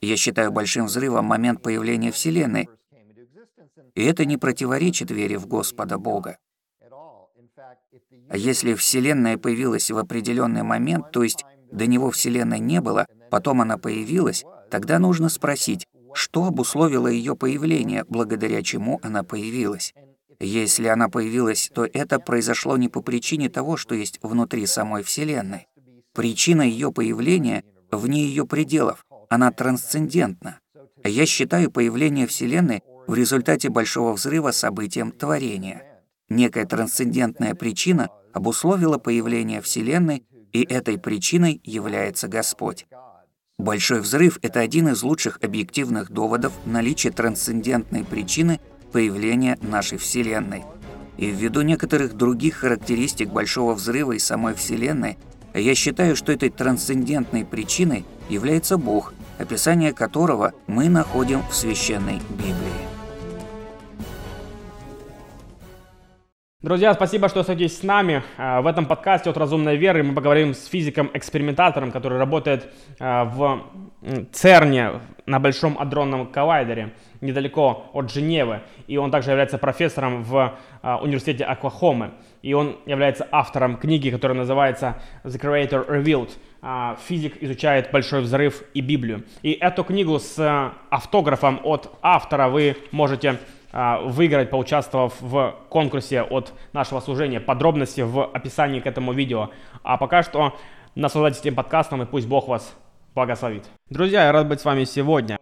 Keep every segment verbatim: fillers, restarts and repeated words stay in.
Я считаю большим взрывом момент появления Вселенной. И это не противоречит вере в Господа Бога. А если Вселенная появилась в определенный момент, то есть до него Вселенной не было, потом она появилась, тогда нужно спросить, что обусловило ее появление, благодаря чему она появилась. Если она появилась, то это произошло не по причине того, что есть внутри самой Вселенной. Причина ее появления вне ее пределов, она трансцендентна. Я считаю появление Вселенной в результате Большого взрыва событием творения. Некая трансцендентная причина обусловила появление Вселенной, и этой причиной является Господь. Большой взрыв — это один из лучших объективных доводов наличия трансцендентной причины появления нашей Вселенной. И ввиду некоторых других характеристик Большого взрыва и самой Вселенной, я считаю, что этой трансцендентной причиной является Бог, описание которого мы находим в Священной Библии. Друзья, спасибо, что остаетесь с нами. В этом подкасте от «Разумной веры» мы поговорим с физиком-экспериментатором, который работает в ЦЕРНе на Большом адронном коллайдере, недалеко от Женевы. И он также является профессором в университете Оклахомы. И он является автором книги, которая называется «The Creator Revealed». Физик изучает Большой взрыв и Библию. И эту книгу с автографом от автора вы можете выиграть, поучаствовав в конкурсе от нашего служения. Подробности в описании к этому видео. А пока что наслаждайтесь этим подкастом, и пусть Бог вас благословит. Друзья, я рад быть с вами сегодня.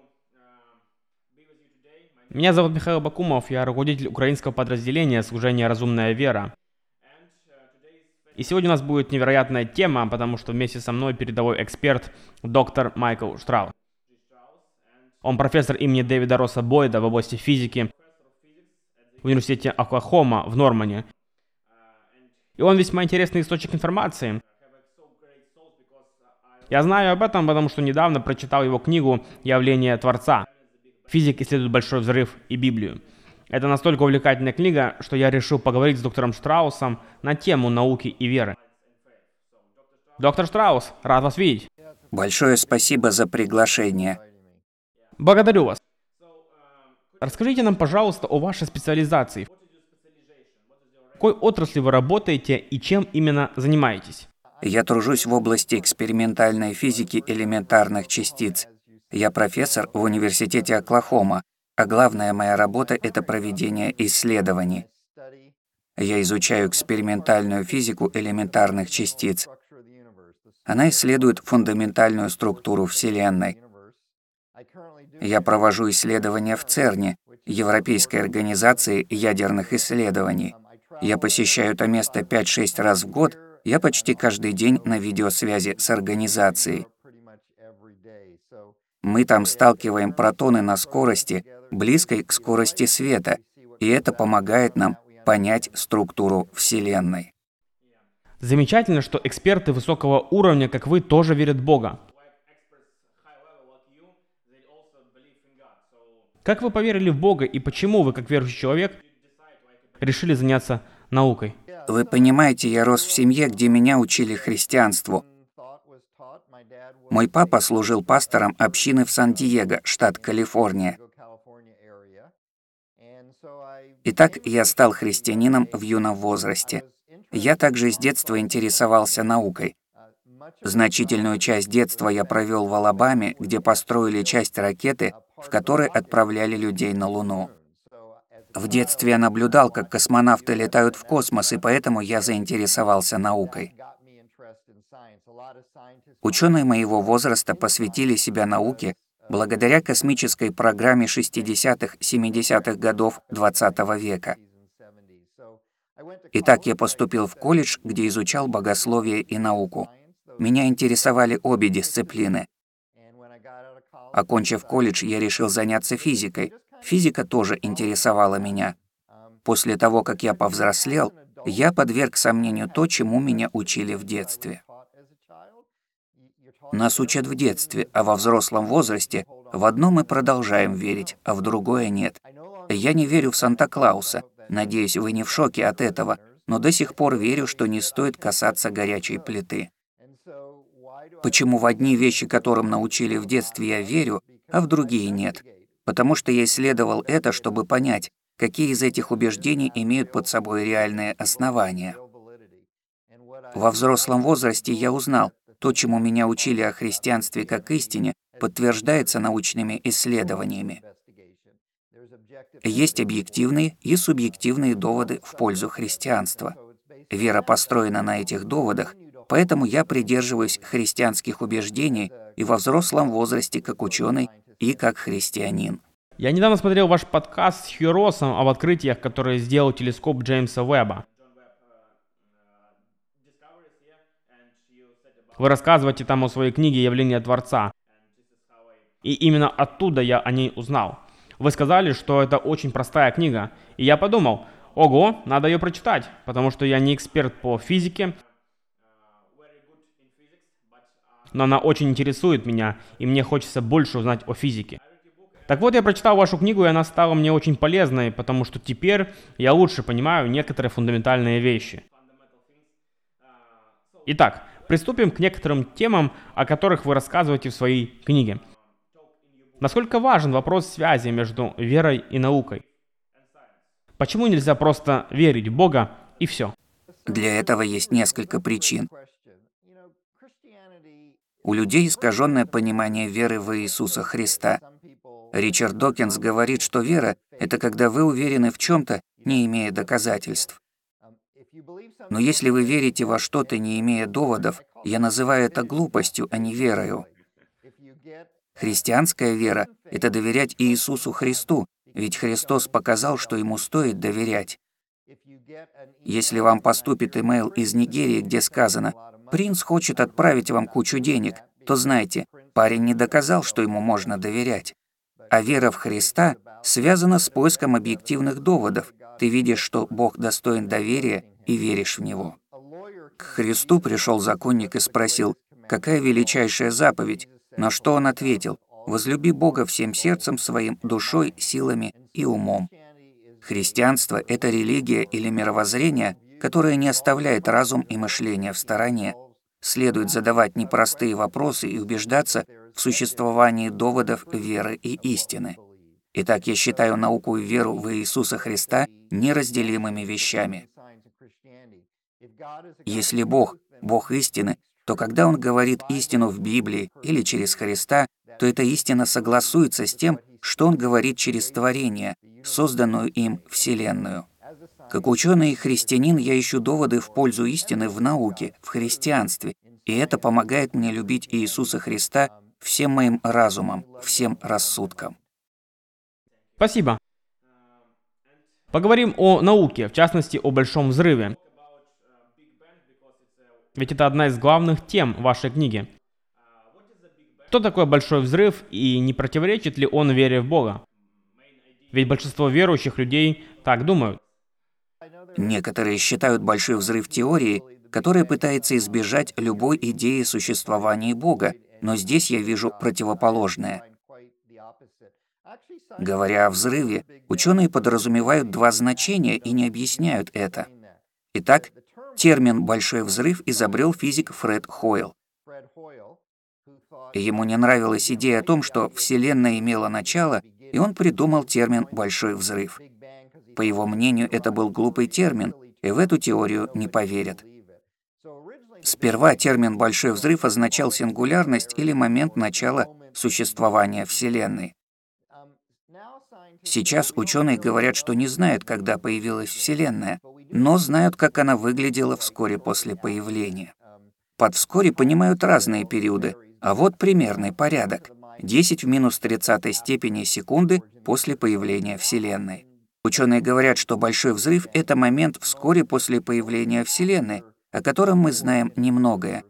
Меня зовут Михаил Бакумов, я руководитель украинского подразделения служения «Разумная вера». И сегодня у нас будет невероятная тема, потому что вместе со мной передовой эксперт доктор Майкл Штраус. Он профессор имени Дэвида Росса Бойда в области физики в университете Оклахома в Нормане. И он весьма интересный источник информации. Я знаю об этом, потому что недавно прочитал его книгу «Явление Творца. Физик исследует Большой взрыв и Библию». Это настолько увлекательная книга, что я решил поговорить с доктором Штраусом на тему науки и веры. Доктор Штраус, рад вас видеть. Большое спасибо за приглашение. Благодарю вас. Расскажите нам, пожалуйста, о вашей специализации. В какой отрасли вы работаете и чем именно занимаетесь? Я тружусь в области экспериментальной физики элементарных частиц. Я профессор в университете Оклахома, а главная моя работа — это проведение исследований. Я изучаю экспериментальную физику элементарных частиц. Она исследует фундаментальную структуру Вселенной. Я провожу исследования в ЦЕРНе, Европейской организации ядерных исследований. Я посещаю это место пять-шесть раз в год, я почти каждый день на видеосвязи с организацией. Мы там сталкиваем протоны на скорости, близкой к скорости света, и это помогает нам понять структуру Вселенной. Замечательно, что эксперты высокого уровня, как вы, тоже верят в Бога. Как вы поверили в Бога и почему вы, как верующий человек, решили заняться наукой? Вы понимаете, я рос в семье, где меня учили христианству. Мой папа служил пастором общины в Сан-Диего, штат Калифорния. Итак, я стал христианином в юном возрасте. Я также с детства интересовался наукой. Значительную часть детства я провел в Алабаме, где построили часть ракеты, в которой отправляли людей на Луну. В детстве я наблюдал, как космонавты летают в космос, и поэтому я заинтересовался наукой. Ученые моего возраста посвятили себя науке благодаря космической программе шестидесятых-семидесятых годов двадцатого века. Итак, я поступил в колледж, где изучал богословие и науку. Меня интересовали обе дисциплины. Окончив колледж, я решил заняться физикой. Физика тоже интересовала меня. После того, как я повзрослел, я подверг сомнению то, чему меня учили в детстве. Нас учат в детстве, а во взрослом возрасте в одно мы продолжаем верить, а в другое нет. Я не верю в Санта-Клауса. Надеюсь, вы не в шоке от этого, но до сих пор верю, что не стоит касаться горячей плиты. Почему в одни вещи, которым научили в детстве, я верю, а в другие нет. Потому что я исследовал это, чтобы понять, какие из этих убеждений имеют под собой реальные основания. Во взрослом возрасте я узнал, то, чему меня учили о христианстве как истине, подтверждается научными исследованиями. Есть объективные и субъективные доводы в пользу христианства. Вера построена на этих доводах, поэтому я придерживаюсь христианских убеждений и во взрослом возрасте как ученый и как христианин. Я недавно смотрел ваш подкаст с Хью Россом об открытиях, которые сделал телескоп Джеймса Уэбба. Вы рассказываете там о своей книге «Явление Творца». И именно оттуда я о ней узнал. Вы сказали, что это очень простая книга. И я подумал, ого, надо ее прочитать, потому что я не эксперт по физике, но она очень интересует меня, и мне хочется больше узнать о физике. Так вот, я прочитал вашу книгу, и она стала мне очень полезной, потому что теперь я лучше понимаю некоторые фундаментальные вещи. Итак, приступим к некоторым темам, о которых вы рассказываете в своей книге. Насколько важен вопрос связи между верой и наукой? Почему нельзя просто верить в Бога и все? Для этого есть несколько причин. У людей искаженное понимание веры в Иисуса Христа. Ричард Докинс говорит, что вера — это когда вы уверены в чем-то, не имея доказательств. Но если вы верите во что-то, не имея доводов, я называю это глупостью, а не верою. Христианская вера — это доверять Иисусу Христу, ведь Христос показал, что Ему стоит доверять. Если вам поступит имейл из Нигерии, где сказано «Принц хочет отправить вам кучу денег», то знайте, парень не доказал, что ему можно доверять. А вера в Христа связана с поиском объективных доводов. Ты видишь, что Бог достоин доверия и веришь в Него. К Христу пришел законник и спросил, какая величайшая заповедь? На что он ответил: «Возлюби Бога всем сердцем своим, душой, силами и умом». Христианство — это религия или мировоззрение, которое не оставляет разум и мышление в стороне. Следует задавать непростые вопросы и убеждаться в существовании доводов веры и истины. Итак, я считаю науку и веру в Иисуса Христа неразделимыми вещами. Если Бог — Бог истины, то когда Он говорит истину в Библии или через Христа, то эта истина согласуется с тем, что Он говорит через творение, созданную им Вселенную. Как ученый и христианин я ищу доводы в пользу истины в науке, в христианстве, и это помогает мне любить Иисуса Христа всем моим разумом, всем рассудком. Спасибо. Поговорим о науке, в частности, о Большом взрыве. Ведь это одна из главных тем вашей книги. Что такое Большой взрыв и не противоречит ли он вере в Бога? Ведь большинство верующих людей так думают. Некоторые считают Большой взрыв теорией, которая пытается избежать любой идеи существования Бога, но здесь я вижу противоположное. Говоря о взрыве, ученые подразумевают два значения и не объясняют это. Итак, термин «большой взрыв» изобрел физик Фред Хойл. Ему не нравилась идея о том, что Вселенная имела начало, и он придумал термин «большой взрыв». По его мнению, это был глупый термин, и в эту теорию не поверят. Сперва термин «большой взрыв» означал сингулярность или момент начала существования Вселенной. Сейчас ученые говорят, что не знают, когда появилась Вселенная, но знают, как она выглядела вскоре после появления. Под «вскоре» понимают разные периоды, а вот примерный порядок — десять в минус тридцатой степени секунды после появления Вселенной. Ученые говорят, что Большой взрыв — это момент вскоре после появления Вселенной, о котором мы знаем немногое.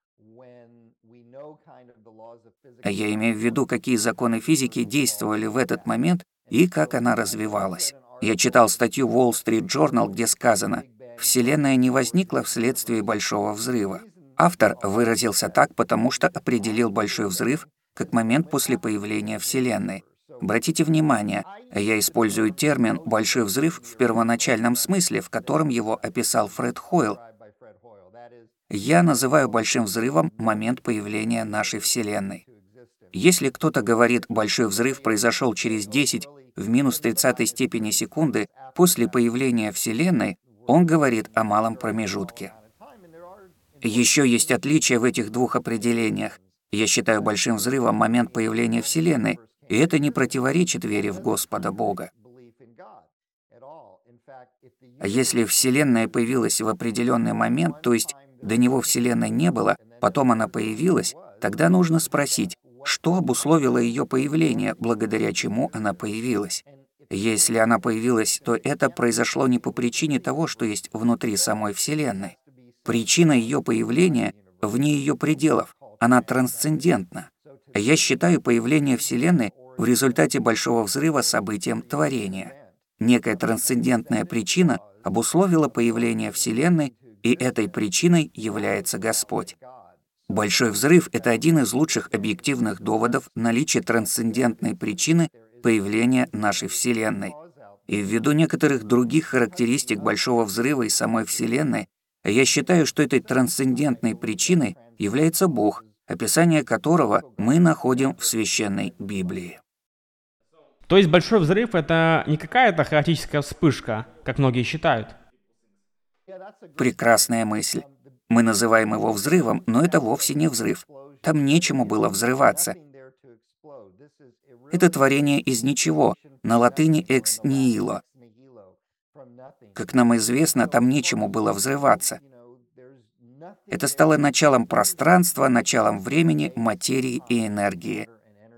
А я имею в виду, какие законы физики действовали в этот момент и как она развивалась. Я читал статью в Wall Street Journal, где сказано: «Вселенная не возникла вследствие Большого взрыва». Автор выразился так, потому что определил Большой взрыв как момент после появления Вселенной. Обратите внимание, я использую термин «большой взрыв» в первоначальном смысле, в котором его описал Фред Хойл. Я называю большим взрывом момент появления нашей Вселенной. Если кто-то говорит, большой взрыв произошел через десять в минус тридцатой степени секунды после появления Вселенной, он говорит о малом промежутке. Еще есть отличие в этих двух определениях. Я считаю большим взрывом момент появления Вселенной, и это не противоречит вере в Господа Бога. А если Вселенная появилась в определенный момент, то есть до него Вселенной не было, потом она появилась, тогда нужно спросить, что обусловило ее появление, благодаря чему она появилась. Если она появилась, то это произошло не по причине того, что есть внутри самой Вселенной. Причина ее появления вне ее пределов, она трансцендентна. Я считаю появление Вселенной в результате большого взрыва событием творения. Некая трансцендентная причина обусловила появление Вселенной, и этой причиной является Господь. Большой взрыв — это один из лучших объективных доводов наличия трансцендентной причины появления нашей Вселенной. И ввиду некоторых других характеристик Большого взрыва и самой Вселенной, я считаю, что этой трансцендентной причиной является Бог, описание которого мы находим в Священной Библии. То есть Большой взрыв — это не какая-то хаотическая вспышка, как многие считают? Прекрасная мысль. Мы называем его взрывом, но это вовсе не взрыв. Там нечему было взрываться. Это творение из ничего, на латыни «экс нихило». Как нам известно, там нечему было взрываться. Это стало началом пространства, началом времени, материи и энергии.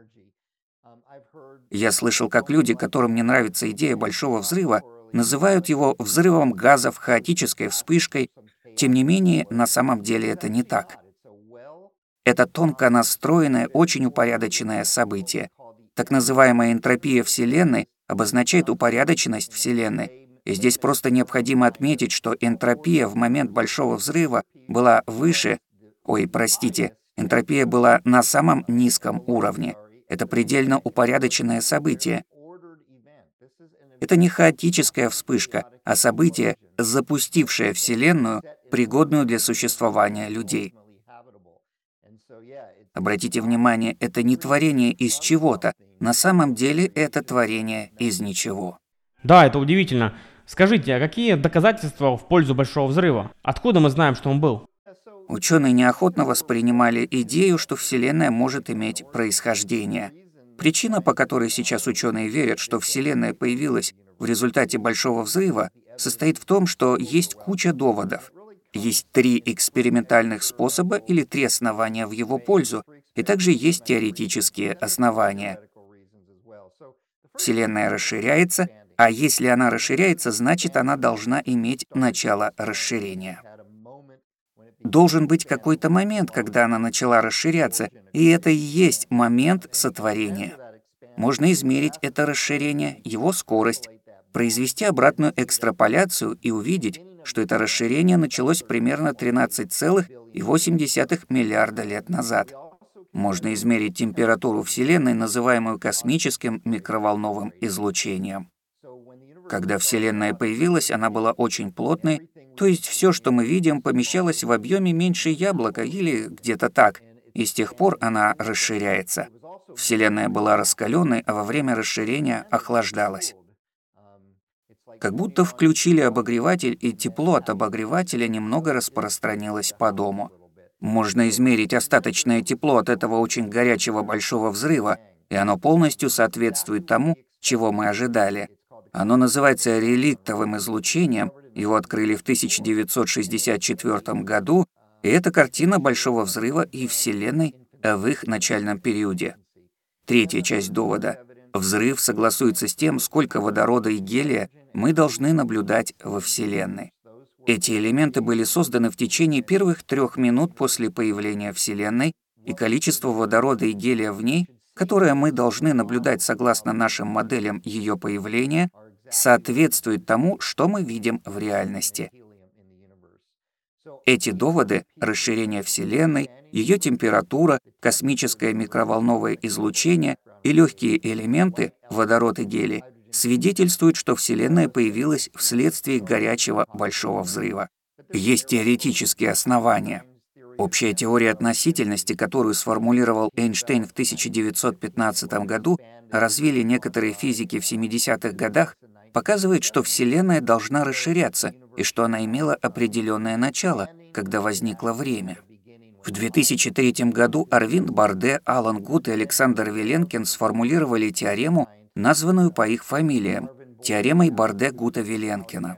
Я слышал, как люди, которым не нравится идея Большого взрыва, называют его взрывом газов, хаотической вспышкой. Тем не менее, на самом деле это не так. Это тонко настроенное, очень упорядоченное событие. Так называемая энтропия Вселенной обозначает упорядоченность Вселенной. И здесь просто необходимо отметить, что энтропия в момент Большого взрыва была выше, ой, простите, энтропия была на самом низком уровне. Это предельно упорядоченное событие. Это не хаотическая вспышка, а событие, запустившее Вселенную, пригодную для существования людей. Обратите внимание, это не творение из чего-то. На самом деле это творение из ничего. Да, это удивительно. Скажите, а какие доказательства в пользу Большого взрыва? Откуда мы знаем, что он был? Ученые неохотно воспринимали идею, что Вселенная может иметь происхождение. Причина, по которой сейчас ученые верят, что Вселенная появилась в результате Большого взрыва, состоит в том, что есть куча доводов. Есть три экспериментальных способа или три основания в его пользу, и также есть теоретические основания. Вселенная расширяется, а если она расширяется, значит, она должна иметь начало расширения. Должен быть какой-то момент, когда она начала расширяться, и это и есть момент сотворения. Можно измерить это расширение, его скорость, произвести обратную экстраполяцию и увидеть, что это расширение началось примерно тринадцать целых восемь десятых миллиарда лет назад. Можно измерить температуру Вселенной, называемую космическим микроволновым излучением. Когда Вселенная появилась, она была очень плотной, то есть все, что мы видим, помещалось в объеме меньше яблока или где-то так, и с тех пор она расширяется. Вселенная была раскаленной, а во время расширения охлаждалась. Как будто включили обогреватель, и тепло от обогревателя немного распространилось по дому. Можно измерить остаточное тепло от этого очень горячего Большого взрыва, и оно полностью соответствует тому, чего мы ожидали. Оно называется реликтовым излучением, его открыли в тысяча девятьсот шестьдесят четвёртом году, и это картина Большого взрыва и Вселенной в их начальном периоде. Третья часть довода. Взрыв согласуется с тем, сколько водорода и гелия мы должны наблюдать во Вселенной. Эти элементы были созданы в течение первых трех минут после появления Вселенной, и количество водорода и гелия в ней, которое мы должны наблюдать согласно нашим моделям ее появления, соответствует тому, что мы видим в реальности. Эти доводы — расширение Вселенной, ее температура, космическое микроволновое излучение и легкие элементы, водород и гелий, свидетельствуют, что Вселенная появилась вследствие горячего Большого взрыва. Есть теоретические основания. Общая теория относительности, которую сформулировал Эйнштейн в тысяча девятьсот пятнадцатом году, развили некоторые физики в семидесятых годах, показывает, что Вселенная должна расширяться и что она имела определенное начало, когда возникло время. В две тысячи третьем году Арвинд Барде, Алан Гуд и Александр Виленкин сформулировали теорему, названную по их фамилиям – теоремой Барде-Гута-Виленкина.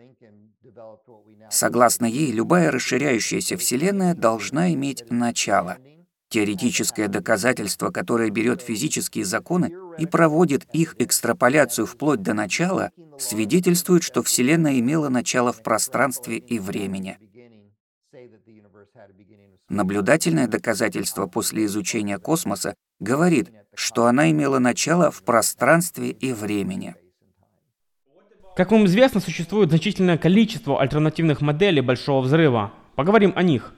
Согласно ей, любая расширяющаяся Вселенная должна иметь начало. Теоретическое доказательство, которое берет физические законы и проводит их экстраполяцию вплоть до начала, свидетельствует, что Вселенная имела начало в пространстве и времени. Наблюдательное доказательство после изучения космоса говорит, что она имела начало в пространстве и времени. Как вам известно, существует значительное количество альтернативных моделей Большого Взрыва. Поговорим о них.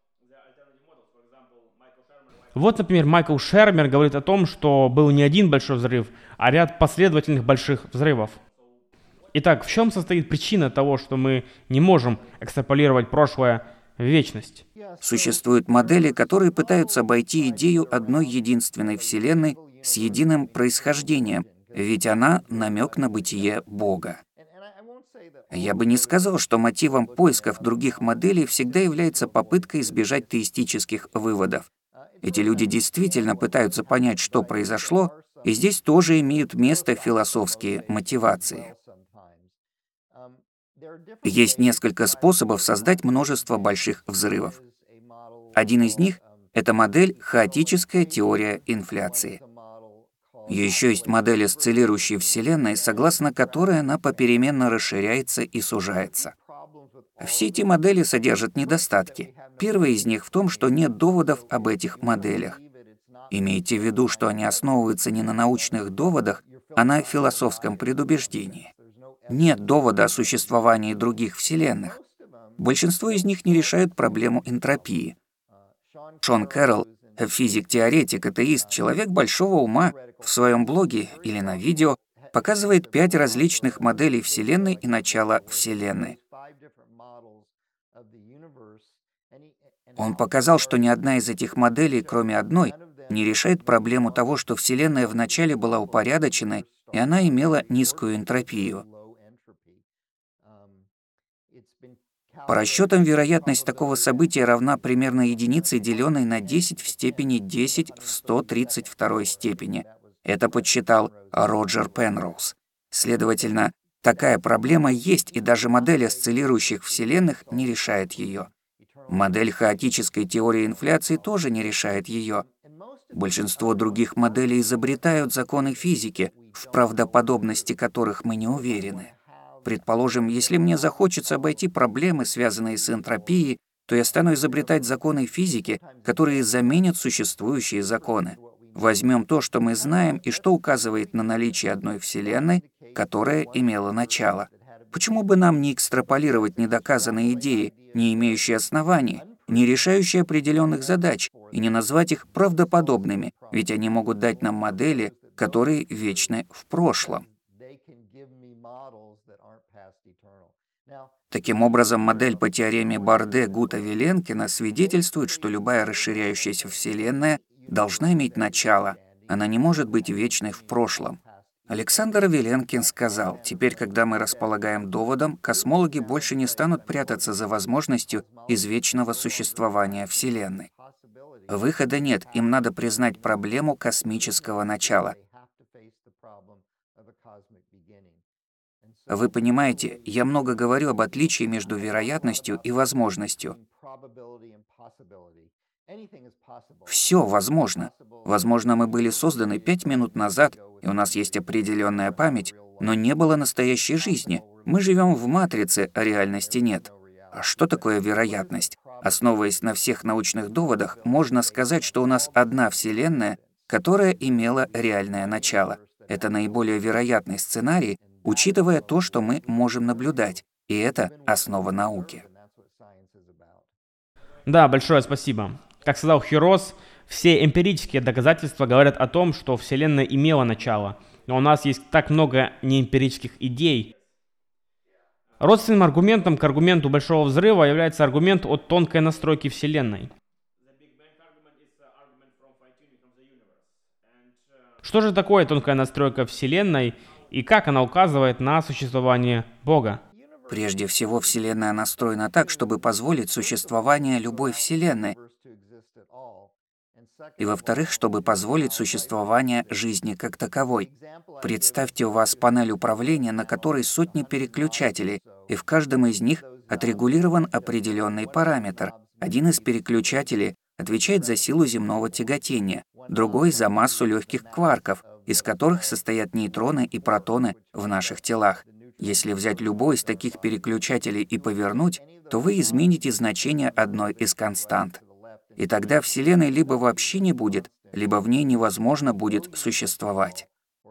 Вот, например, Майкл Шермер говорит о том, что был не один Большой Взрыв, а ряд последовательных больших взрывов. Итак, в чем состоит причина того, что мы не можем экстраполировать прошлое в вечность? Существуют модели, которые пытаются обойти идею одной единственной Вселенной с единым происхождением, ведь она — намек на бытие Бога. Я бы не сказал, что мотивом поисков других моделей всегда является попытка избежать теистических выводов. Эти люди действительно пытаются понять, что произошло, и здесь тоже имеют место философские мотивации. Есть несколько способов создать множество больших взрывов. Один из них — это модель «хаотическая теория инфляции». Еще есть модель осциллирующей Вселенной, согласно которой она попеременно расширяется и сужается. Все эти модели содержат недостатки. Первый из них в том, что нет доводов об этих моделях. Имейте в виду, что они основываются не на научных доводах, а на философском предубеждении. Нет довода о существовании других вселенных. Большинство из них не решают проблему энтропии. Шон Кэрролл, физик-теоретик, атеист, человек большого ума, в своем блоге или на видео показывает пять различных моделей Вселенной и начала Вселенной. Он показал, что ни одна из этих моделей, кроме одной, не решает проблему того, что Вселенная вначале была упорядоченной, и она имела низкую энтропию. По расчетам, вероятность такого события равна примерно единице, деленной на десять в степени десять в сто тридцать второй степени. Это подсчитал Роджер Пенроуз. Следовательно, такая проблема есть, и даже модель осциллирующих вселенных не решает ее. Модель хаотической теории инфляции тоже не решает ее. Большинство других моделей изобретают законы физики, в правдоподобности которых мы не уверены. Предположим, если мне захочется обойти проблемы, связанные с энтропией, то я стану изобретать законы физики, которые заменят существующие законы. Возьмем то, что мы знаем и что указывает на наличие одной Вселенной, которая имела начало. Почему бы нам не экстраполировать недоказанные идеи, не имеющие оснований, не решающие определенных задач, и не назвать их правдоподобными, ведь они могут дать нам модели, которые вечны в прошлом. Таким образом, модель по теореме Барде-Гута-Виленкина свидетельствует, что любая расширяющаяся Вселенная должна иметь начало, она не может быть вечной в прошлом. Александр Виленкин сказал, теперь, когда мы располагаем доводом, космологи больше не станут прятаться за возможностью извечного существования Вселенной. Выхода нет, им надо признать проблему космического начала. Вы понимаете, я много говорю об отличии между вероятностью и возможностью. Все возможно. Возможно, мы были созданы пять минут назад, и у нас есть определенная память, но не было настоящей жизни. Мы живем в матрице, а реальности нет. А что такое вероятность? Основываясь на всех научных доводах, можно сказать, что у нас одна Вселенная, которая имела реальное начало. Это наиболее вероятный сценарий, учитывая то, что мы можем наблюдать, и это основа науки. Да, большое спасибо. Как сказал Хирос, все эмпирические доказательства говорят о том, что Вселенная имела начало, но у нас есть так много неэмпирических идей. Родственным аргументом к аргументу Большого взрыва является аргумент о тонкой настройке Вселенной. Что же такое тонкая настройка Вселенной и как она указывает на существование Бога? Прежде всего, Вселенная настроена так, чтобы позволить существование любой Вселенной. И во-вторых, чтобы позволить существование жизни как таковой. Представьте, у вас панель управления, на которой сотни переключателей, и в каждом из них отрегулирован определенный параметр. Один из переключателей отвечает за силу земного тяготения, другой — за массу легких кварков, из которых состоят нейтроны и протоны в наших телах. Если взять любой из таких переключателей и повернуть, то вы измените значение одной из констант. И тогда Вселенной либо вообще не будет, либо в ней невозможно будет существовать.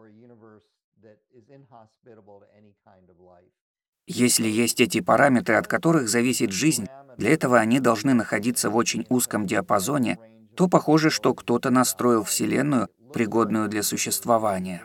Если есть эти параметры, от которых зависит жизнь, для этого они должны находиться в очень узком диапазоне, то похоже, что кто-то настроил Вселенную, пригодную для существования.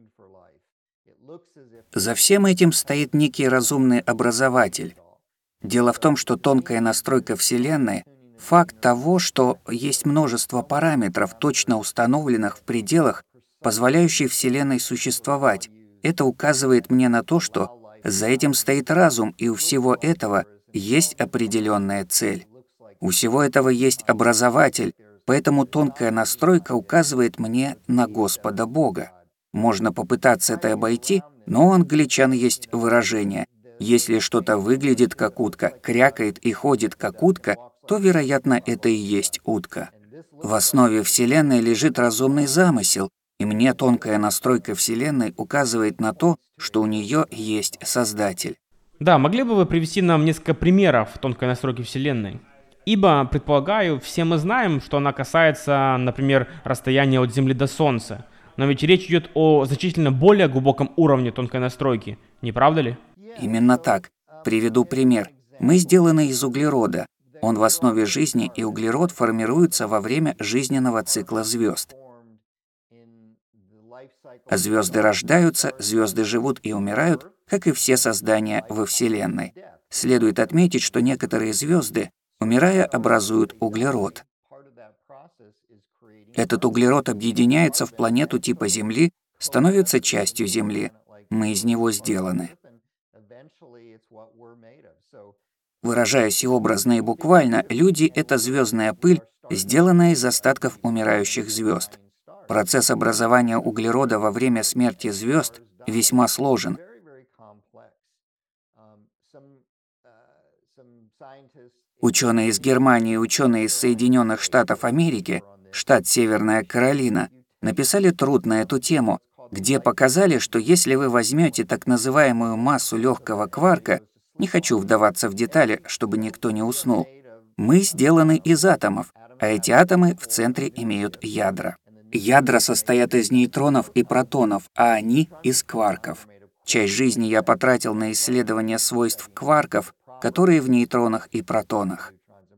За всем этим стоит некий разумный образователь. Дело в том, что тонкая настройка Вселенной — факт того, что есть множество параметров, точно установленных в пределах, позволяющих Вселенной существовать. Это указывает мне на то, что за этим стоит разум, и у всего этого есть определенная цель. У всего этого есть образователь, поэтому тонкая настройка указывает мне на Господа Бога. Можно попытаться это обойти, но у англичан есть выражение: если что-то выглядит как утка, крякает и ходит как утка, то, вероятно, это и есть утка. В основе Вселенной лежит разумный замысел, и мне тонкая настройка Вселенной указывает на то, что у нее есть Создатель. Да, могли бы вы привести нам несколько примеров тонкой настройки Вселенной? Ибо, предполагаю, все мы знаем, что она касается, например, расстояния от Земли до Солнца. Но ведь речь идет о значительно более глубоком уровне тонкой настройки, не правда ли? Именно так. Приведу пример. Мы сделаны из углерода. Он в основе жизни, и углерод формируется во время жизненного цикла звезд. Звезды рождаются, звезды живут и умирают, как и все создания во Вселенной. Следует отметить, что некоторые звезды, умирая, образуют углерод. Этот углерод объединяется в планету типа Земли, становится частью Земли. Мы из него сделаны. Выражаясь и образно, и буквально, люди — это звездная пыль, сделанная из остатков умирающих звезд. Процесс образования углерода во время смерти звезд весьма сложен. Ученые из Германии и ученые из Соединенных Штатов Америки, штат Северная Каролина, написали труд на эту тему, где показали, что если вы возьмете так называемую массу легкого кварка, не хочу вдаваться в детали, чтобы никто не уснул, мы сделаны из атомов, а эти атомы в центре имеют ядра. Ядра состоят из нейтронов и протонов, а они — из кварков. Часть жизни я потратил на исследование свойств кварков, которые в нейтронах и протонах.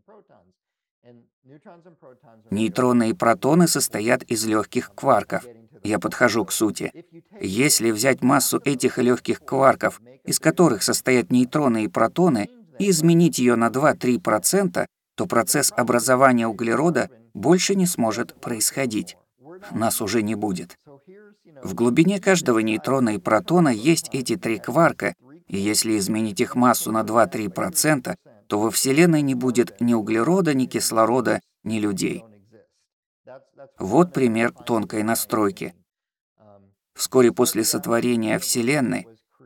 Нейтроны и протоны состоят из легких кварков. Я подхожу к сути. Если взять массу этих легких кварков, из которых состоят нейтроны и протоны, и изменить ее на два-три процента, то процесс образования углерода больше не сможет происходить. Нас уже не будет. В глубине каждого нейтрона и протона есть эти три кварка, и если изменить их массу на два-три процента, то во Вселенной не будет ни углерода, ни кислорода, ни людей. Вот пример тонкой настройки. Вскоре после сотворения Вселенной.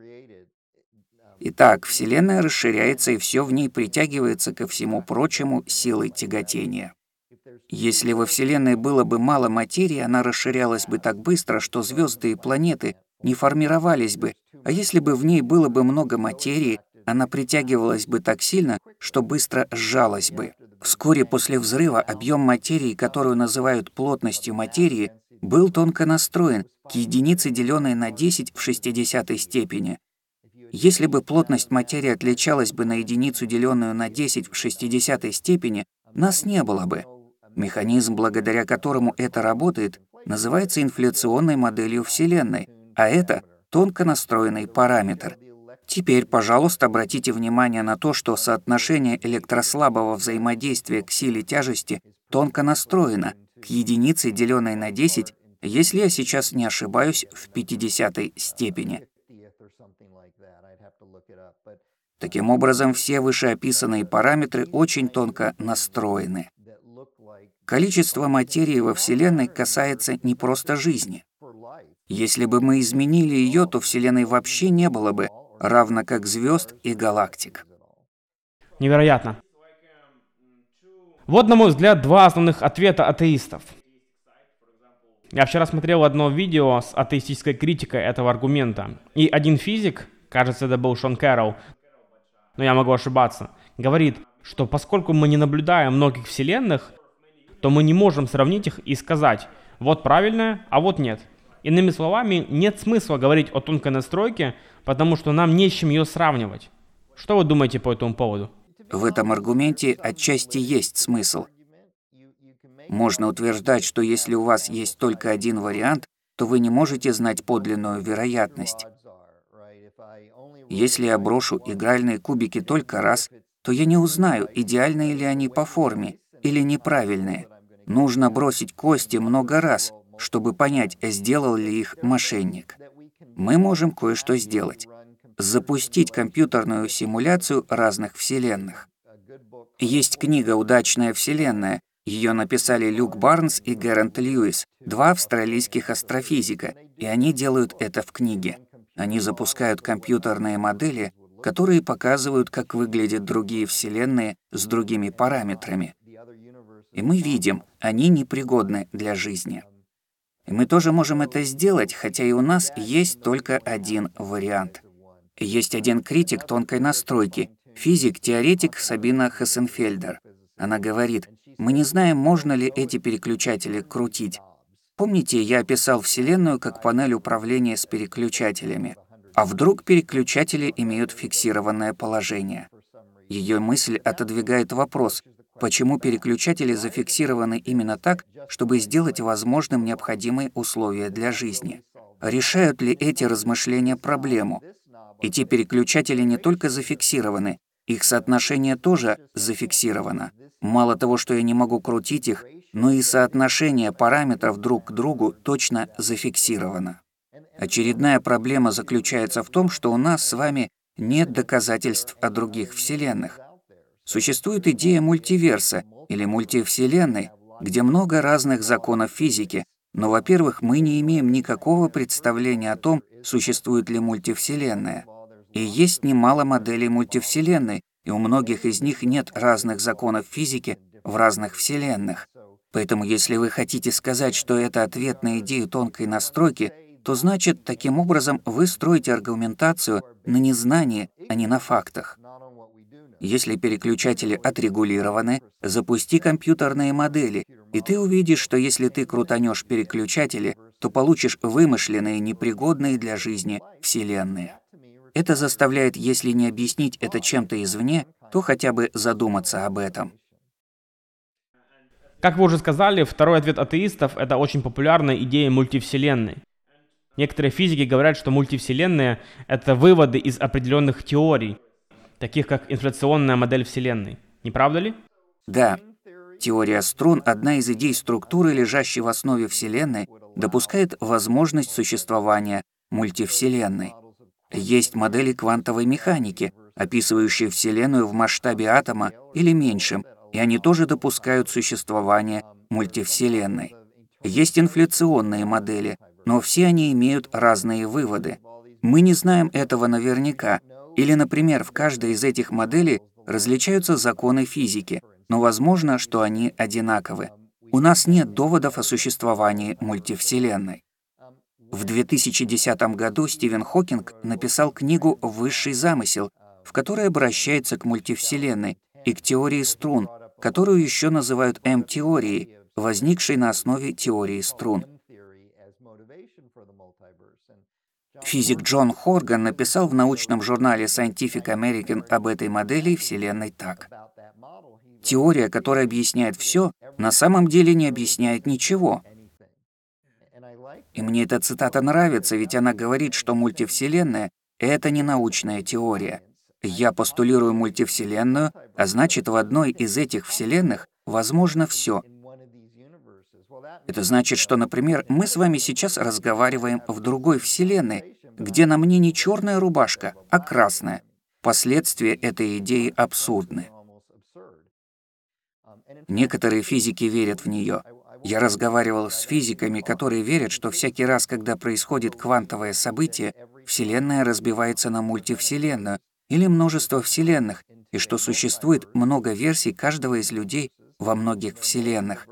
Итак, Вселенная расширяется, и все в ней притягивается ко всему прочему силой тяготения. Если во Вселенной было бы мало материи, она расширялась бы так быстро, что звезды и планеты не формировались бы, а если бы в ней было бы много материи, она притягивалась бы так сильно, что быстро сжалась бы. Вскоре после взрыва объем материи, которую называют плотностью материи, был тонко настроен к единице, деленной на десять в шестидесятой степени. Если бы плотность материи отличалась бы на единицу, деленную на десять в шестидесятой степени, нас не было бы. Механизм, благодаря которому это работает, называется инфляционной моделью Вселенной, а это тонко настроенный параметр. Теперь, пожалуйста, обратите внимание на то, что соотношение электрослабого взаимодействия к силе тяжести тонко настроено к единице, деленной на десять, если я сейчас не ошибаюсь, в пятидесятой степени. Таким образом, все вышеописанные параметры очень тонко настроены. Количество материи во Вселенной касается не просто жизни. Если бы мы изменили ее, то Вселенной вообще не было бы, равно как звезд и галактик. Невероятно. Вот, на мой взгляд, два основных ответа атеистов. Я вчера смотрел одно видео с атеистической критикой этого аргумента. И один физик, кажется, это был Шон Кэрролл, но я могу ошибаться, говорит, что поскольку мы не наблюдаем многих вселенных, то мы не можем сравнить их и сказать, вот правильное, а вот нет. Иными словами, нет смысла говорить о тонкой настройке, потому что нам не с чем ее сравнивать. Что вы думаете по этому поводу? В этом аргументе отчасти есть смысл. Можно утверждать, что если у вас есть только один вариант, то вы не можете знать подлинную вероятность. Если я брошу игральные кубики только раз, то я не узнаю, идеальные ли они по форме или неправильные. Нужно бросить кости много раз, чтобы понять, сделал ли их мошенник. Мы можем кое-что сделать. Запустить компьютерную симуляцию разных вселенных. Есть книга «Удачная вселенная». Ее написали Люк Барнс и Герант Льюис, два австралийских астрофизика, и они делают это в книге. Они запускают компьютерные модели, которые показывают, как выглядят другие вселенные с другими параметрами. И мы видим, они непригодны для жизни. И мы тоже можем это сделать, хотя и у нас есть только один вариант. Есть один критик тонкой настройки, физик-теоретик Сабина Хессенфельдер. Она говорит, мы не знаем, можно ли эти переключатели крутить. Помните, я описал Вселенную как панель управления с переключателями. А вдруг переключатели имеют фиксированное положение? Ее мысль отодвигает вопрос, почему переключатели зафиксированы именно так, чтобы сделать возможным необходимые условия для жизни? Решают ли эти размышления проблему? Эти переключатели не только зафиксированы, их соотношение тоже зафиксировано. Мало того, что я не могу крутить их, но и соотношение параметров друг к другу точно зафиксировано. Очередная проблема заключается в том, что у нас с вами нет доказательств о других вселенных. Существует идея мультиверса или мультивселенной, где много разных законов физики, но, во-первых, мы не имеем никакого представления о том, существует ли мультивселенная. И есть немало моделей мультивселенной, и у многих из них нет разных законов физики в разных вселенных. Поэтому если вы хотите сказать, что это ответ на идею тонкой настройки, то значит, таким образом вы строите аргументацию на незнании, а не на фактах. Если переключатели отрегулированы, запусти компьютерные модели, и ты увидишь, что если ты крутанешь переключатели, то получишь вымышленные, непригодные для жизни вселенные. Это заставляет, если не объяснить это чем-то извне, то хотя бы задуматься об этом. Как вы уже сказали, второй ответ атеистов — это очень популярная идея мультивселенной. Некоторые физики говорят, что мультивселенные — это выводы из определенных теорий, таких как инфляционная модель Вселенной. Не правда ли? Да. Теория струн, одна из идей структуры, лежащей в основе Вселенной, допускает возможность существования мультивселенной. Есть модели квантовой механики, описывающие Вселенную в масштабе атома или меньшем, и они тоже допускают существование мультивселенной. Есть инфляционные модели, но все они имеют разные выводы. Мы не знаем этого наверняка. Или, например, в каждой из этих моделей различаются законы физики, но возможно, что они одинаковы. У нас нет доводов о существовании мультивселенной. В две тысячи десятом году Стивен Хокинг написал книгу «Высший замысел», в которой обращается к мультивселенной и к теории струн, которую еще называют М-теорией, возникшей на основе теории струн. Физик Джон Хорган написал в научном журнале Scientific American об этой модели Вселенной так. Теория, которая объясняет все, на самом деле не объясняет ничего. И мне эта цитата нравится, ведь она говорит, что мультивселенная Это не научная теория. Я постулирую мультивселенную, а значит, в одной из этих вселенных возможно все. Это значит, что, например, мы с вами сейчас разговариваем в другой вселенной, где на мне не черная рубашка, а красная. Последствия этой идеи абсурдны. Некоторые физики верят в нее. Я разговаривал с физиками, которые верят, что всякий раз, когда происходит квантовое событие, Вселенная разбивается на мультивселенную или множество вселенных, и что существует много версий каждого из людей во многих вселенных.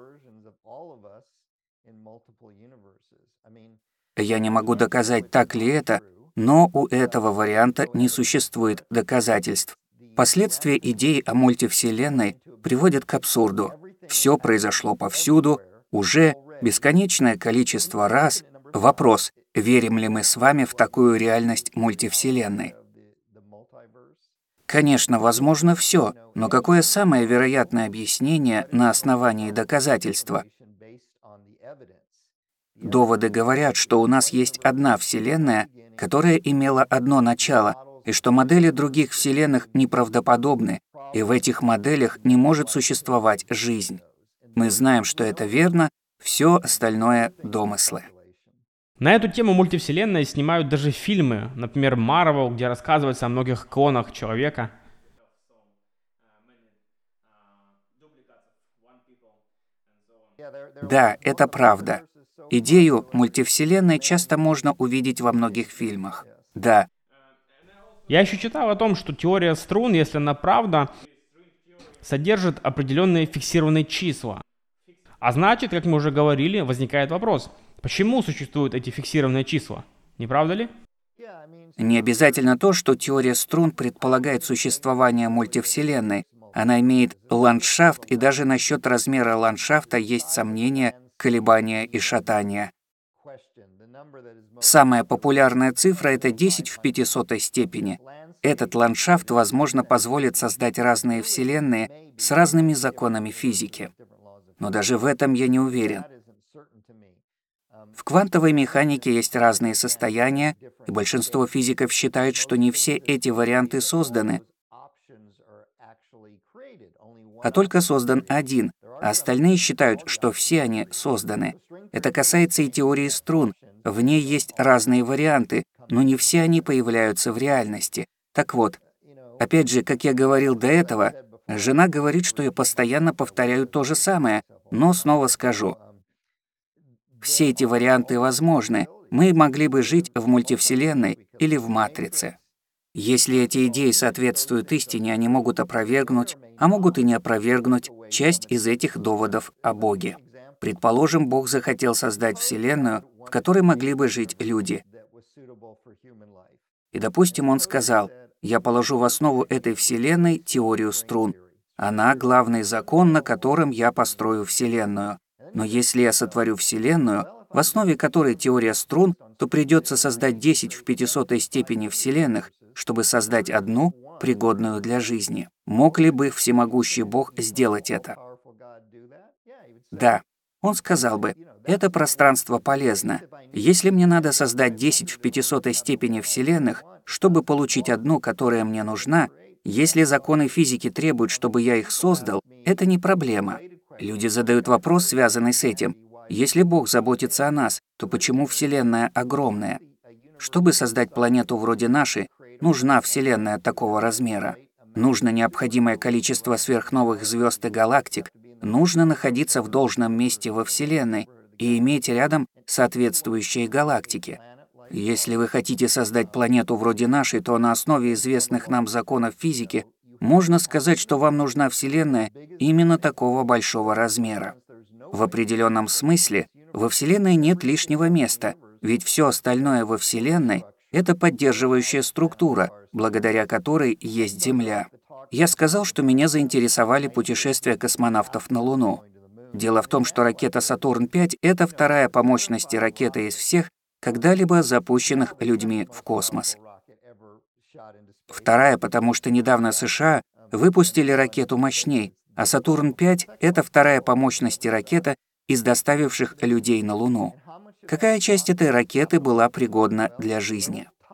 Я не могу доказать, так ли это, но у этого варианта не существует доказательств. Последствия идеи о мультивселенной приводят к абсурду. Все произошло повсюду, уже бесконечное количество раз. Вопрос, верим ли мы с вами в такую реальность мультивселенной? Конечно, возможно все, но какое самое вероятное объяснение на основании доказательства? Доводы говорят, что у нас есть одна Вселенная, которая имела одно начало, и что модели других вселенных неправдоподобны, и в этих моделях не может существовать жизнь. Мы знаем, что это верно, все остальное — домыслы. На эту тему мультивселенной снимают даже фильмы, например, Marvel, где рассказывается о многих клонах человека. Да, это правда. Идею мультивселенной часто можно увидеть во многих фильмах. Да. Я еще читал о том, что теория струн, если она правда, содержит определенные фиксированные числа. А значит, как мы уже говорили, возникает вопрос, почему существуют эти фиксированные числа? Не правда ли? Не обязательно то, что теория струн предполагает существование мультивселенной. Она имеет ландшафт, и даже насчет размера ландшафта есть сомнения, колебания и шатания. Самая популярная цифра — это десять в пятисотой степени. Этот ландшафт, возможно, позволит создать разные вселенные с разными законами физики. Но даже в этом я не уверен. В квантовой механике есть разные состояния, и большинство физиков считают, что не все эти варианты созданы, а только создан один, а остальные считают, что все они созданы. Это касается и теории струн. В ней есть разные варианты, но не все они появляются в реальности. Так вот, опять же, как я говорил до этого, жена говорит, что я постоянно повторяю то же самое, но снова скажу. Все эти варианты возможны. Мы могли бы жить в мультивселенной или в матрице. Если эти идеи соответствуют истине, они могут опровергнуть, а могут и не опровергнуть часть из этих доводов о Боге. Предположим, Бог захотел создать вселенную, в которой могли бы жить люди. И, допустим, Он сказал: «Я положу в основу этой вселенной теорию струн. Она — главный закон, на котором я построю вселенную. Но если я сотворю вселенную, в основе которой теория струн, то придется создать десять в пятисотой степени вселенных, чтобы создать одну, пригодную для жизни. Мог ли бы всемогущий Бог сделать это? Да. Он сказал бы: это пространство полезно. Если мне надо создать десять в пятисотой степени вселенных, чтобы получить одну, которая мне нужна, если законы физики требуют, чтобы я их создал, это не проблема. Люди задают вопрос, связанный с этим. Если Бог заботится о нас, то почему Вселенная огромная? Чтобы создать планету вроде нашей, нужна Вселенная такого размера. Нужно необходимое количество сверхновых звезд и галактик. Нужно находиться в должном месте во Вселенной и иметь рядом соответствующие галактики. Если вы хотите создать планету вроде нашей, то на основе известных нам законов физики можно сказать, что вам нужна Вселенная именно такого большого размера. В определенном смысле во Вселенной нет лишнего места, ведь все остальное во Вселенной — это поддерживающая структура, благодаря которой есть Земля. Я сказал, что меня заинтересовали путешествия космонавтов на Луну. Дело в том, что ракета «Сатурн пять» — это вторая по мощности ракета из всех, когда-либо запущенных людьми в космос. Вторая, потому что недавно США выпустили ракету мощней, а «Сатурн пять» — это вторая по мощности ракета из доставивших людей на Луну. Какая часть этой ракеты была пригодна для жизни?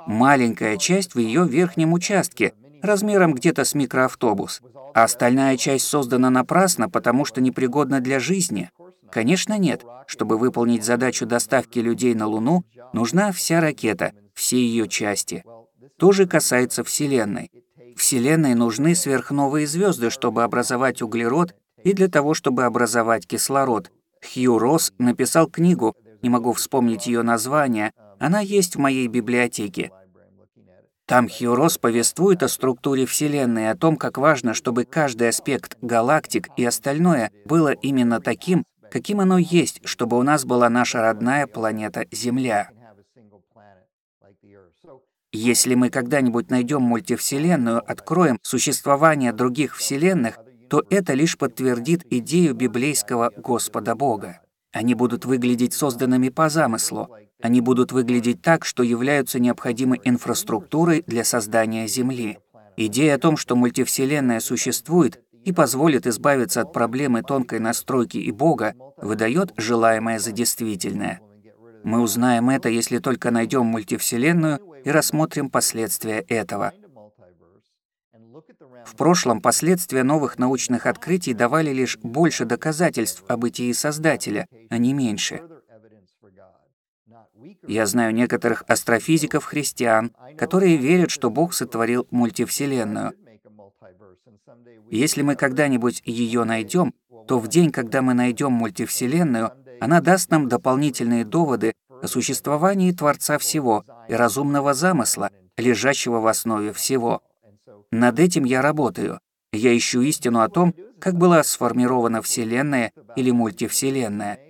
маленькая часть в ее верхнем участке, размером где-то с микроавтобус. А остальная часть создана напрасно, потому что непригодна для жизни? Конечно, нет. Чтобы выполнить задачу доставки людей на Луну, нужна вся ракета, все ее части. То же касается Вселенной. Вселенной нужны сверхновые звезды, чтобы образовать углерод и для того, чтобы образовать кислород. Хью Росс написал книгу, не могу вспомнить ее название, она есть в моей библиотеке. Там Хью Росс повествует о структуре Вселенной, о том, как важно, чтобы каждый аспект галактик и остальное было именно таким, каким оно есть, чтобы у нас была наша родная планета Земля. Если мы когда-нибудь найдем мультивселенную, откроем существование других вселенных, то это лишь подтвердит идею библейского Господа Бога. Они будут выглядеть созданными по замыслу. Они будут выглядеть так, что являются необходимой инфраструктурой для создания Земли. Идея о том, что мультивселенная существует и позволит избавиться от проблемы тонкой настройки и Бога, выдает желаемое за действительное. Мы узнаем это, если только найдем мультивселенную и рассмотрим последствия этого. В прошлом последствия новых научных открытий давали лишь больше доказательств о бытии Создателя, а не меньше. Я знаю некоторых астрофизиков-христиан, которые верят, что Бог сотворил мультивселенную. Если мы когда-нибудь ее найдем, то в день, когда мы найдем мультивселенную, она даст нам дополнительные доводы о существовании Творца всего и разумного замысла, лежащего в основе всего. Над этим я работаю. Я ищу истину о том, как была сформирована Вселенная или мультивселенная.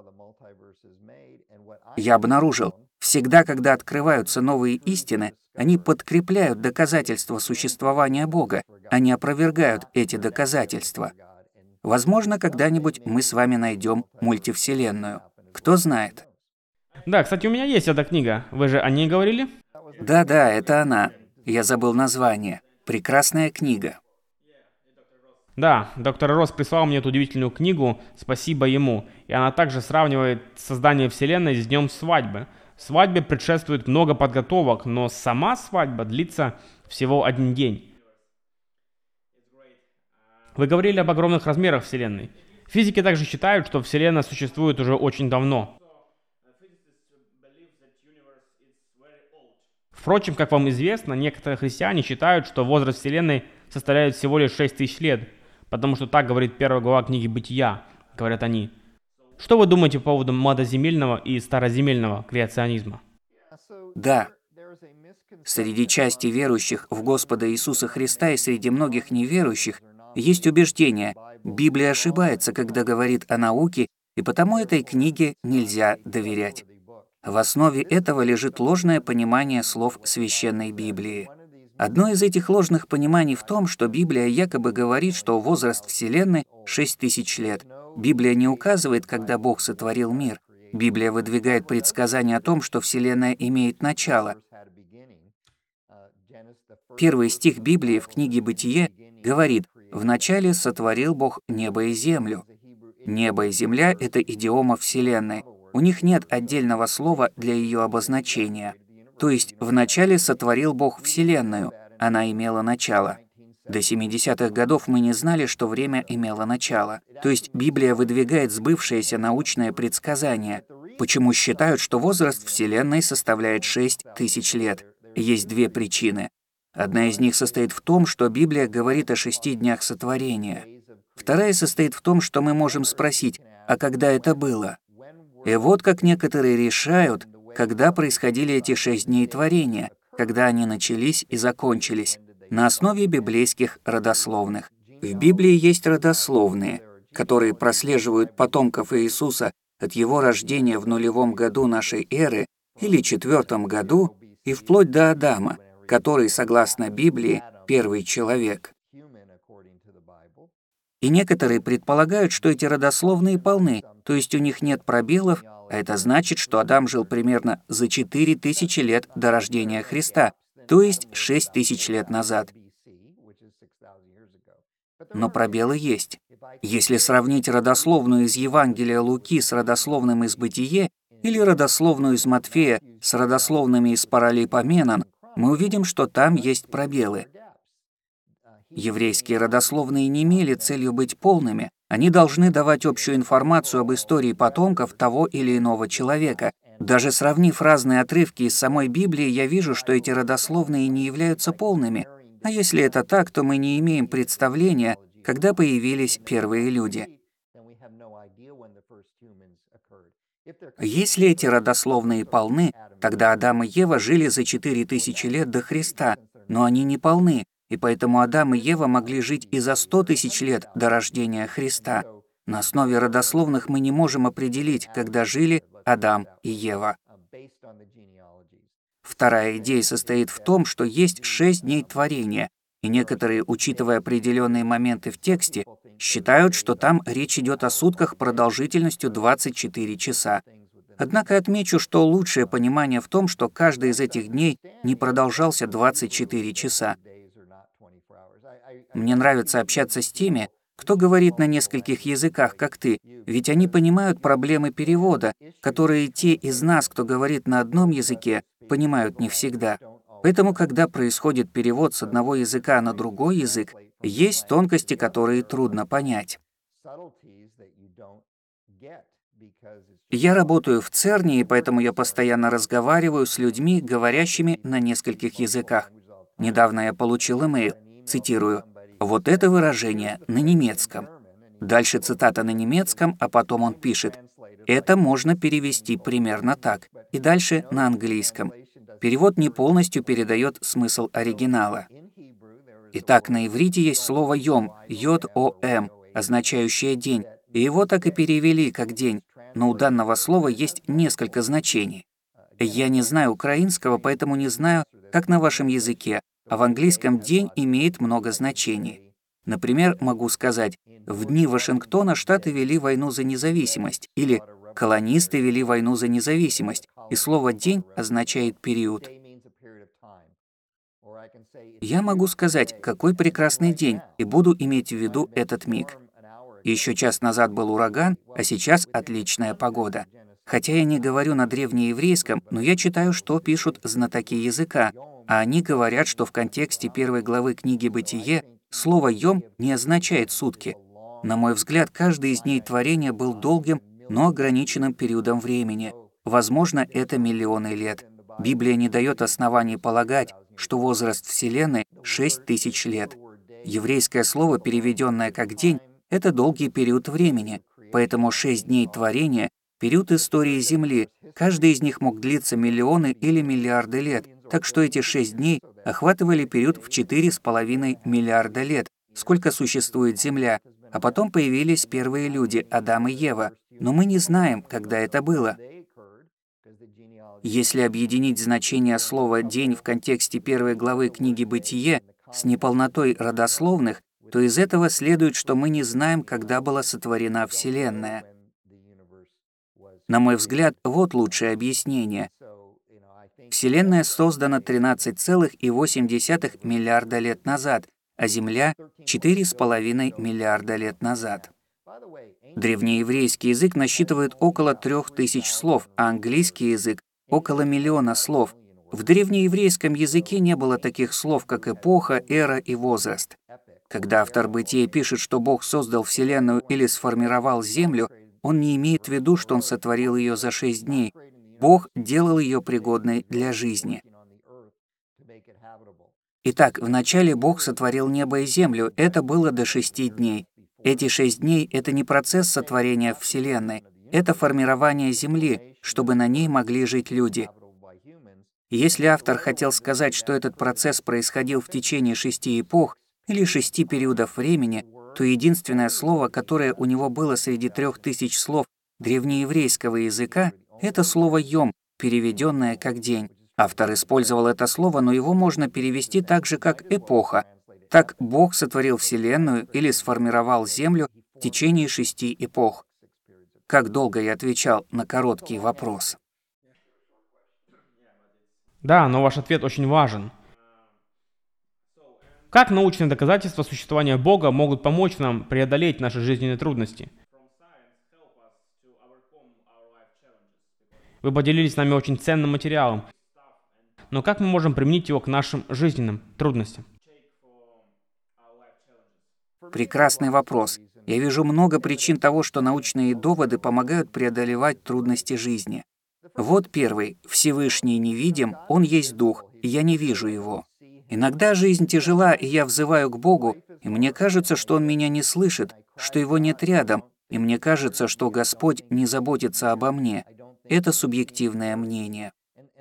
Я обнаружил, всегда, когда открываются новые истины, они подкрепляют доказательства существования Бога, они опровергают эти доказательства. Возможно, когда-нибудь мы с вами найдем мультивселенную. Кто знает? Да, кстати, у меня есть эта книга. Вы же о ней говорили? Да-да, это она. Я забыл название. Прекрасная книга. Да, доктор Росс прислал мне эту удивительную книгу, спасибо ему. И она также сравнивает создание Вселенной с днем свадьбы. Свадьбе предшествует много подготовок, но сама свадьба длится всего один день. Вы говорили об огромных размерах Вселенной. Физики также считают, что Вселенная существует уже очень давно. Впрочем, как вам известно, некоторые христиане считают, что возраст Вселенной составляет всего лишь шесть тысяч лет, потому что так говорит первая глава книги «Бытия», говорят они. Что вы думаете по поводу младоземельного и староземельного креационизма? Да. Среди части верующих в Господа Иисуса Христа и среди многих неверующих есть убеждение, Библия ошибается, когда говорит о науке, и потому этой книге нельзя доверять. В основе этого лежит ложное понимание слов Священной Библии. Одно из этих ложных пониманий в том, что Библия якобы говорит, что возраст Вселенной шесть тысяч лет. Библия не указывает, когда Бог сотворил мир. Библия выдвигает предсказание о том, что Вселенная имеет начало. Первый стих Библии в книге «Бытие» говорит: «Вначале сотворил Бог небо и землю». Небо и земля — это идиома Вселенной. У них нет отдельного слова для ее обозначения. То есть вначале сотворил Бог Вселенную, она имела начало. До семидесятых годов мы не знали, что время имело начало. То есть Библия выдвигает сбывшееся научное предсказание. Почему считают, что возраст Вселенной составляет шесть тысяч лет? Есть две причины. Одна из них состоит в том, что Библия говорит о шести днях сотворения. Вторая состоит в том, что мы можем спросить, а когда это было? И вот как некоторые решают, когда происходили эти шесть дней творения, когда они начались и закончились, на основе библейских родословных. В Библии есть родословные, которые прослеживают потомков Иисуса от его рождения в нулевом году нашей эры или четвертом году и вплоть до Адама, который, согласно Библии, первый человек. И некоторые предполагают, что эти родословные полны, то есть у них нет пробелов, а это значит, что Адам жил примерно за четыре тысячи лет до рождения Христа, то есть шесть тысяч лет назад. Но пробелы есть. Если сравнить родословную из Евангелия Луки с родословным из Бытие или родословную из Матфея с родословными из Паралипоменон, мы увидим, что там есть пробелы. Еврейские родословные не имели целью быть полными. Они должны давать общую информацию об истории потомков того или иного человека. Даже сравнив разные отрывки из самой Библии, я вижу, что эти родословные не являются полными. А если это так, то мы не имеем представления, когда появились первые люди. Если эти родословные полны, тогда Адам и Ева жили за четыре тысячи лет до Христа, но они не полны, и поэтому Адам и Ева могли жить и за сто тысяч лет до рождения Христа. На основе родословных мы не можем определить, когда жили Адам и Ева. Вторая идея состоит в том, что есть шесть дней творения, и некоторые, учитывая определенные моменты в тексте, считают, что там речь идет о сутках продолжительностью двадцать четыре часа. Однако отмечу, что лучшее понимание в том, что каждый из этих дней не продолжался двадцать четыре часа. Мне нравится общаться с теми, кто говорит на нескольких языках, как ты, ведь они понимают проблемы перевода, которые те из нас, кто говорит на одном языке, понимают не всегда. Поэтому, когда происходит перевод с одного языка на другой язык, есть тонкости, которые трудно понять. Я работаю в ЦЕРНе, и поэтому я постоянно разговариваю с людьми, говорящими на нескольких языках. Недавно я получил имейл, цитирую, «Вот это выражение на немецком». Дальше цитата на немецком, а потом он пишет, «Это можно перевести примерно так». И дальше на английском. Перевод не полностью передает смысл оригинала. Итак, на иврите есть слово «йом», «йод-о-эм», означающее «день», и его так и перевели как «день», но у данного слова есть несколько значений. Я не знаю украинского, поэтому не знаю, как на вашем языке, а в английском «день» имеет много значений. Например, могу сказать, в дни Вашингтона Штаты вели войну за независимость, или колонисты вели войну за независимость, и слово «день» означает «период». Я могу сказать, какой прекрасный день, и буду иметь в виду этот миг. Еще час назад был ураган, а сейчас отличная погода. Хотя я не говорю на древнееврейском, но я читаю, что пишут знатоки языка, а они говорят, что в контексте первой главы книги «Бытие» слово «йом» не означает «сутки». На мой взгляд, каждый из дней творения был долгим, но ограниченным периодом времени. Возможно, это миллионы лет. Библия не дает оснований полагать, что возраст Вселенной — шесть тысяч лет. Еврейское слово, переведенное как «день», — это долгий период времени, поэтому шесть дней творения — период истории Земли, каждый из них мог длиться миллионы или миллиарды лет, так что эти шесть дней охватывали период в четыре с половиной миллиарда лет, сколько существует Земля, а потом появились первые люди, Адам и Ева, но мы не знаем, когда это было. Если объединить значение слова «день» в контексте первой главы книги «Бытие» с неполнотой родословных, то из этого следует, что мы не знаем, когда была сотворена Вселенная. На мой взгляд, вот лучшее объяснение. Вселенная создана тринадцать целых восемь десятых миллиарда лет назад, а Земля — четыре с половиной миллиарда лет назад. Древнееврейский язык насчитывает около трех тысяч слов, а английский язык — около миллиона слов. В древнееврейском языке не было таких слов, как эпоха, эра и возраст. Когда автор Бытия пишет, что Бог создал Вселенную или сформировал Землю, он не имеет в виду, что он сотворил ее за шесть дней. Бог делал ее пригодной для жизни. Итак, вначале Бог сотворил небо и землю, это было до шести дней. Эти шесть дней — это не процесс сотворения Вселенной, это формирование Земли, чтобы на ней могли жить люди. Если автор хотел сказать, что этот процесс происходил в течение шести эпох или шести периодов времени, то единственное слово, которое у него было среди трех тысяч слов древнееврейского языка, это слово «йом», переведенное как «день». Автор использовал это слово, но его можно перевести так же, как «эпоха». Так Бог сотворил Вселенную или сформировал Землю в течение шести эпох. Как долго я отвечал на короткий вопрос? Да, но ваш ответ очень важен. Как научные доказательства существования Бога могут помочь нам преодолеть наши жизненные трудности? Вы поделились с нами очень ценным материалом. но как мы можем применить его к нашим жизненным трудностям? Прекрасный вопрос. Я вижу много причин того, что научные доводы помогают преодолевать трудности жизни. Вот первый. Всевышний невидим, Он есть Дух, и я не вижу Его. Иногда жизнь тяжела, и я взываю к Богу, и мне кажется, что Он меня не слышит, что Его нет рядом, и мне кажется, что Господь не заботится обо мне. Это субъективное мнение.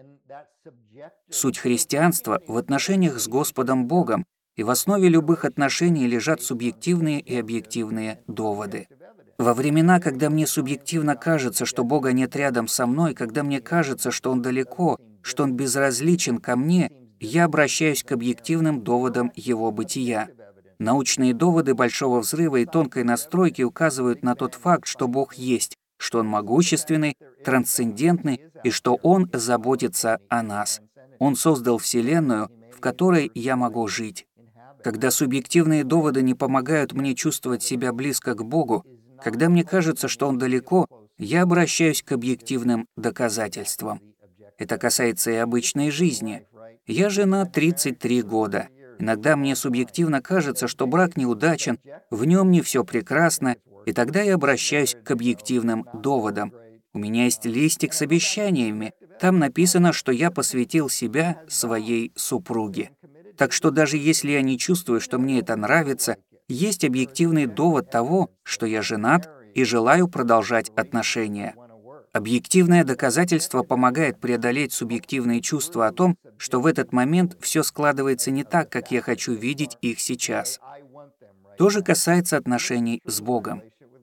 Суть христианства в отношениях с Господом Богом, и в основе любых отношений лежат субъективные и объективные доводы. Во времена, когда мне субъективно кажется, что Бога нет рядом со мной, когда мне кажется, что Он далеко, что Он безразличен ко мне, я обращаюсь к объективным доводам Его бытия. Научные доводы Большого взрыва и тонкой настройки указывают на тот факт, что Бог есть, что Он могущественный, трансцендентный и что Он заботится о нас. Он создал Вселенную, в которой я могу жить. Когда субъективные доводы не помогают мне чувствовать себя близко к Богу, когда мне кажется, что Он далеко, я обращаюсь к объективным доказательствам. Это касается и обычной жизни. Я женат тридцать три года. Иногда мне субъективно кажется, что брак неудачен, в нем не все прекрасно, и тогда я обращаюсь к объективным доводам. У меня есть листик с обещаниями. Там написано, что я посвятил себя своей супруге. Так что даже если я не чувствую, что мне это нравится, есть объективный довод того, что я женат и желаю продолжать отношения. Объективное доказательство помогает преодолеть субъективные чувства о том, что в этот момент все складывается не так, как я хочу видеть их сейчас. То же касается отношений с Богом.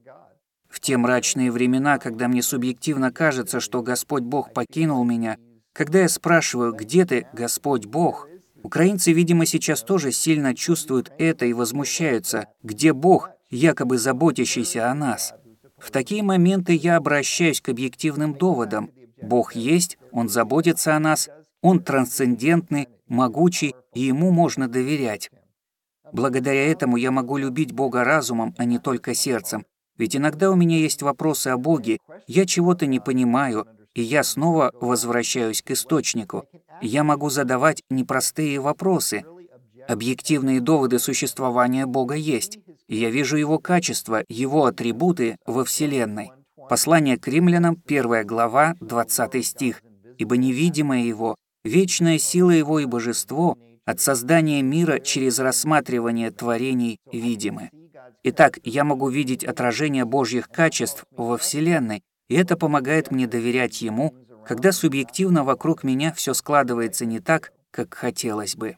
В те мрачные времена, когда мне субъективно кажется, что Господь Бог покинул меня, когда я спрашиваю, где ты, Господь Бог, украинцы, видимо, сейчас тоже сильно чувствуют это и возмущаются, где Бог, якобы заботящийся о нас. В такие моменты я обращаюсь к объективным доводам. Бог есть, Он заботится о нас, Он трансцендентный, могучий, и Ему можно доверять. Благодаря этому я могу любить Бога разумом, а не только сердцем. Ведь иногда у меня есть вопросы о Боге, я чего-то не понимаю, и я снова возвращаюсь к источнику. Я могу задавать непростые вопросы. Объективные доводы существования Бога есть. Я вижу Его качества, Его атрибуты во Вселенной. Послание к римлянам, первая глава, двадцатый стих. «Ибо невидимое Его, вечная сила Его и божество от создания мира через рассматривание творений видимы». Итак, я могу видеть отражение Божьих качеств во Вселенной, и это помогает мне доверять Ему, когда субъективно вокруг меня все складывается не так, как хотелось бы.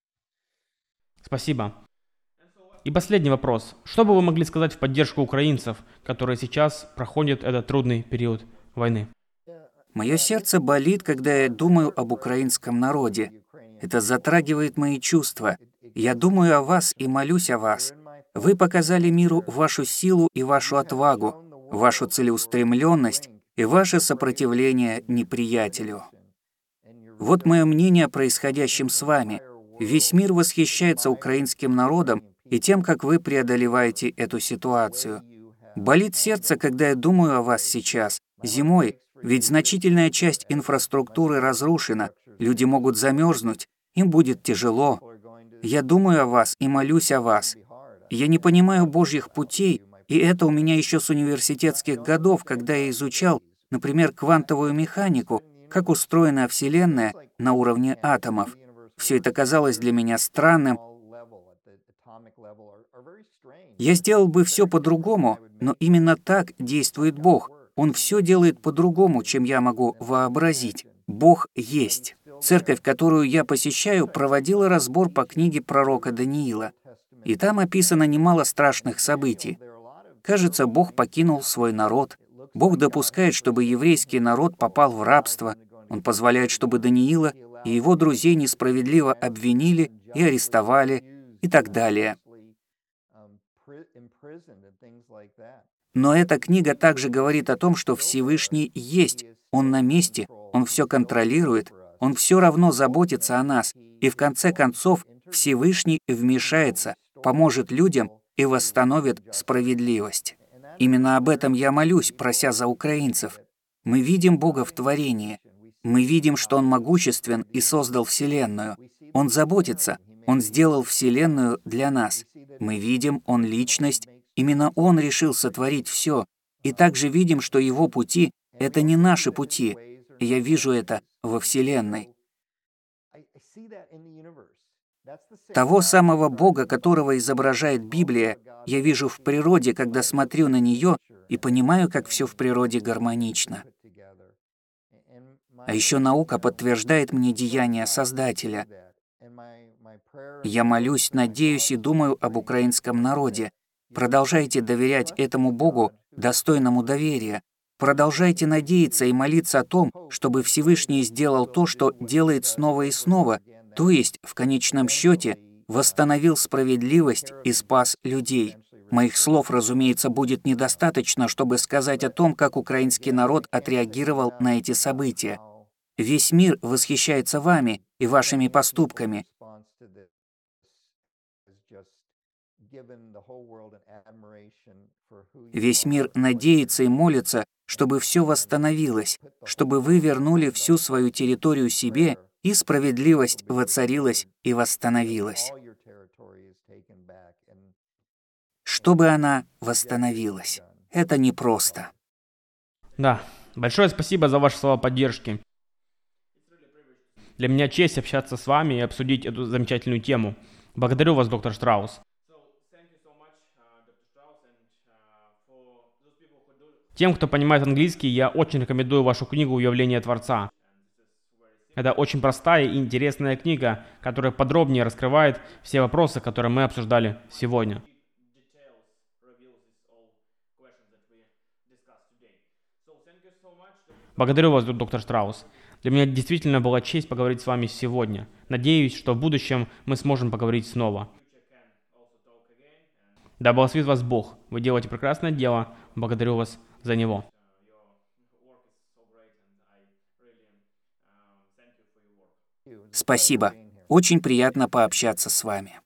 Спасибо. И последний вопрос. Что бы вы могли сказать в поддержку украинцев, которые сейчас проходят этот трудный период войны? Мое сердце болит, когда я думаю об украинском народе. Это затрагивает мои чувства. Я думаю о вас и молюсь о вас. Вы показали миру вашу силу и вашу отвагу, вашу целеустремленность и ваше сопротивление неприятелю. Вот мое мнение о происходящем с вами. Весь мир восхищается украинским народом и тем, как вы преодолеваете эту ситуацию. Болит сердце, когда я думаю о вас сейчас, зимой, ведь значительная часть инфраструктуры разрушена, люди могут замерзнуть, им будет тяжело. Я думаю о вас и молюсь о вас. Я не понимаю Божьих путей, и это у меня еще с университетских годов, когда я изучал, например, квантовую механику, как устроена Вселенная на уровне атомов. Все это казалось для меня странным. Я сделал бы все по-другому, но именно так действует Бог. Он все делает по-другому, чем я могу вообразить. Бог есть. Церковь, которую я посещаю, проводила разбор по книге пророка Даниила. И там описано немало страшных событий. Кажется, Бог покинул свой народ. Бог допускает, чтобы еврейский народ попал в рабство. Он позволяет, чтобы Даниила и его друзей несправедливо обвинили и арестовали и так далее. Но эта книга также говорит о том, что Всевышний есть, Он на месте, Он все контролирует, Он все равно заботится о нас, и в конце концов Всевышний вмешается, поможет людям и восстановит справедливость. Именно об этом я молюсь, прося за украинцев. Мы видим Бога в творении. Мы видим, что Он могуществен и создал Вселенную. Он заботится. Он сделал Вселенную для нас. Мы видим, Он личность. Именно Он решил сотворить все. И также видим, что Его пути — это не наши пути. И я вижу это во Вселенной. Того самого Бога, которого изображает Библия, я вижу в природе, когда смотрю на нее и понимаю, как все в природе гармонично. А еще наука подтверждает мне деяния Создателя. Я молюсь, надеюсь и думаю об украинском народе. Продолжайте доверять этому Богу, достойному доверия. Продолжайте надеяться и молиться о том, чтобы Всевышний сделал то, что делает снова и снова, то есть, в конечном счете, восстановил справедливость и спас людей. Моих слов, разумеется, будет недостаточно, чтобы сказать о том, как украинский народ отреагировал на эти события. Весь мир восхищается вами и вашими поступками. Весь мир надеется и молится, чтобы все восстановилось, чтобы вы вернули всю свою территорию себе, и справедливость воцарилась и восстановилась. Чтобы она восстановилась. Это непросто. Да, большое спасибо за ваши слова поддержки. Для меня честь общаться с вами и обсудить эту замечательную тему. Благодарю вас, доктор Штраус. Тем, кто понимает английский, я очень рекомендую вашу книгу «Явление Творца». Это очень простая и интересная книга, которая подробнее раскрывает все вопросы, которые мы обсуждали сегодня. Благодарю вас, доктор Штраус. Для меня действительно была честь поговорить с вами сегодня. Надеюсь, что в будущем мы сможем поговорить снова. Да благословит вас Бог. Вы делаете прекрасное дело. Благодарю вас за него. Спасибо. Очень приятно пообщаться с вами.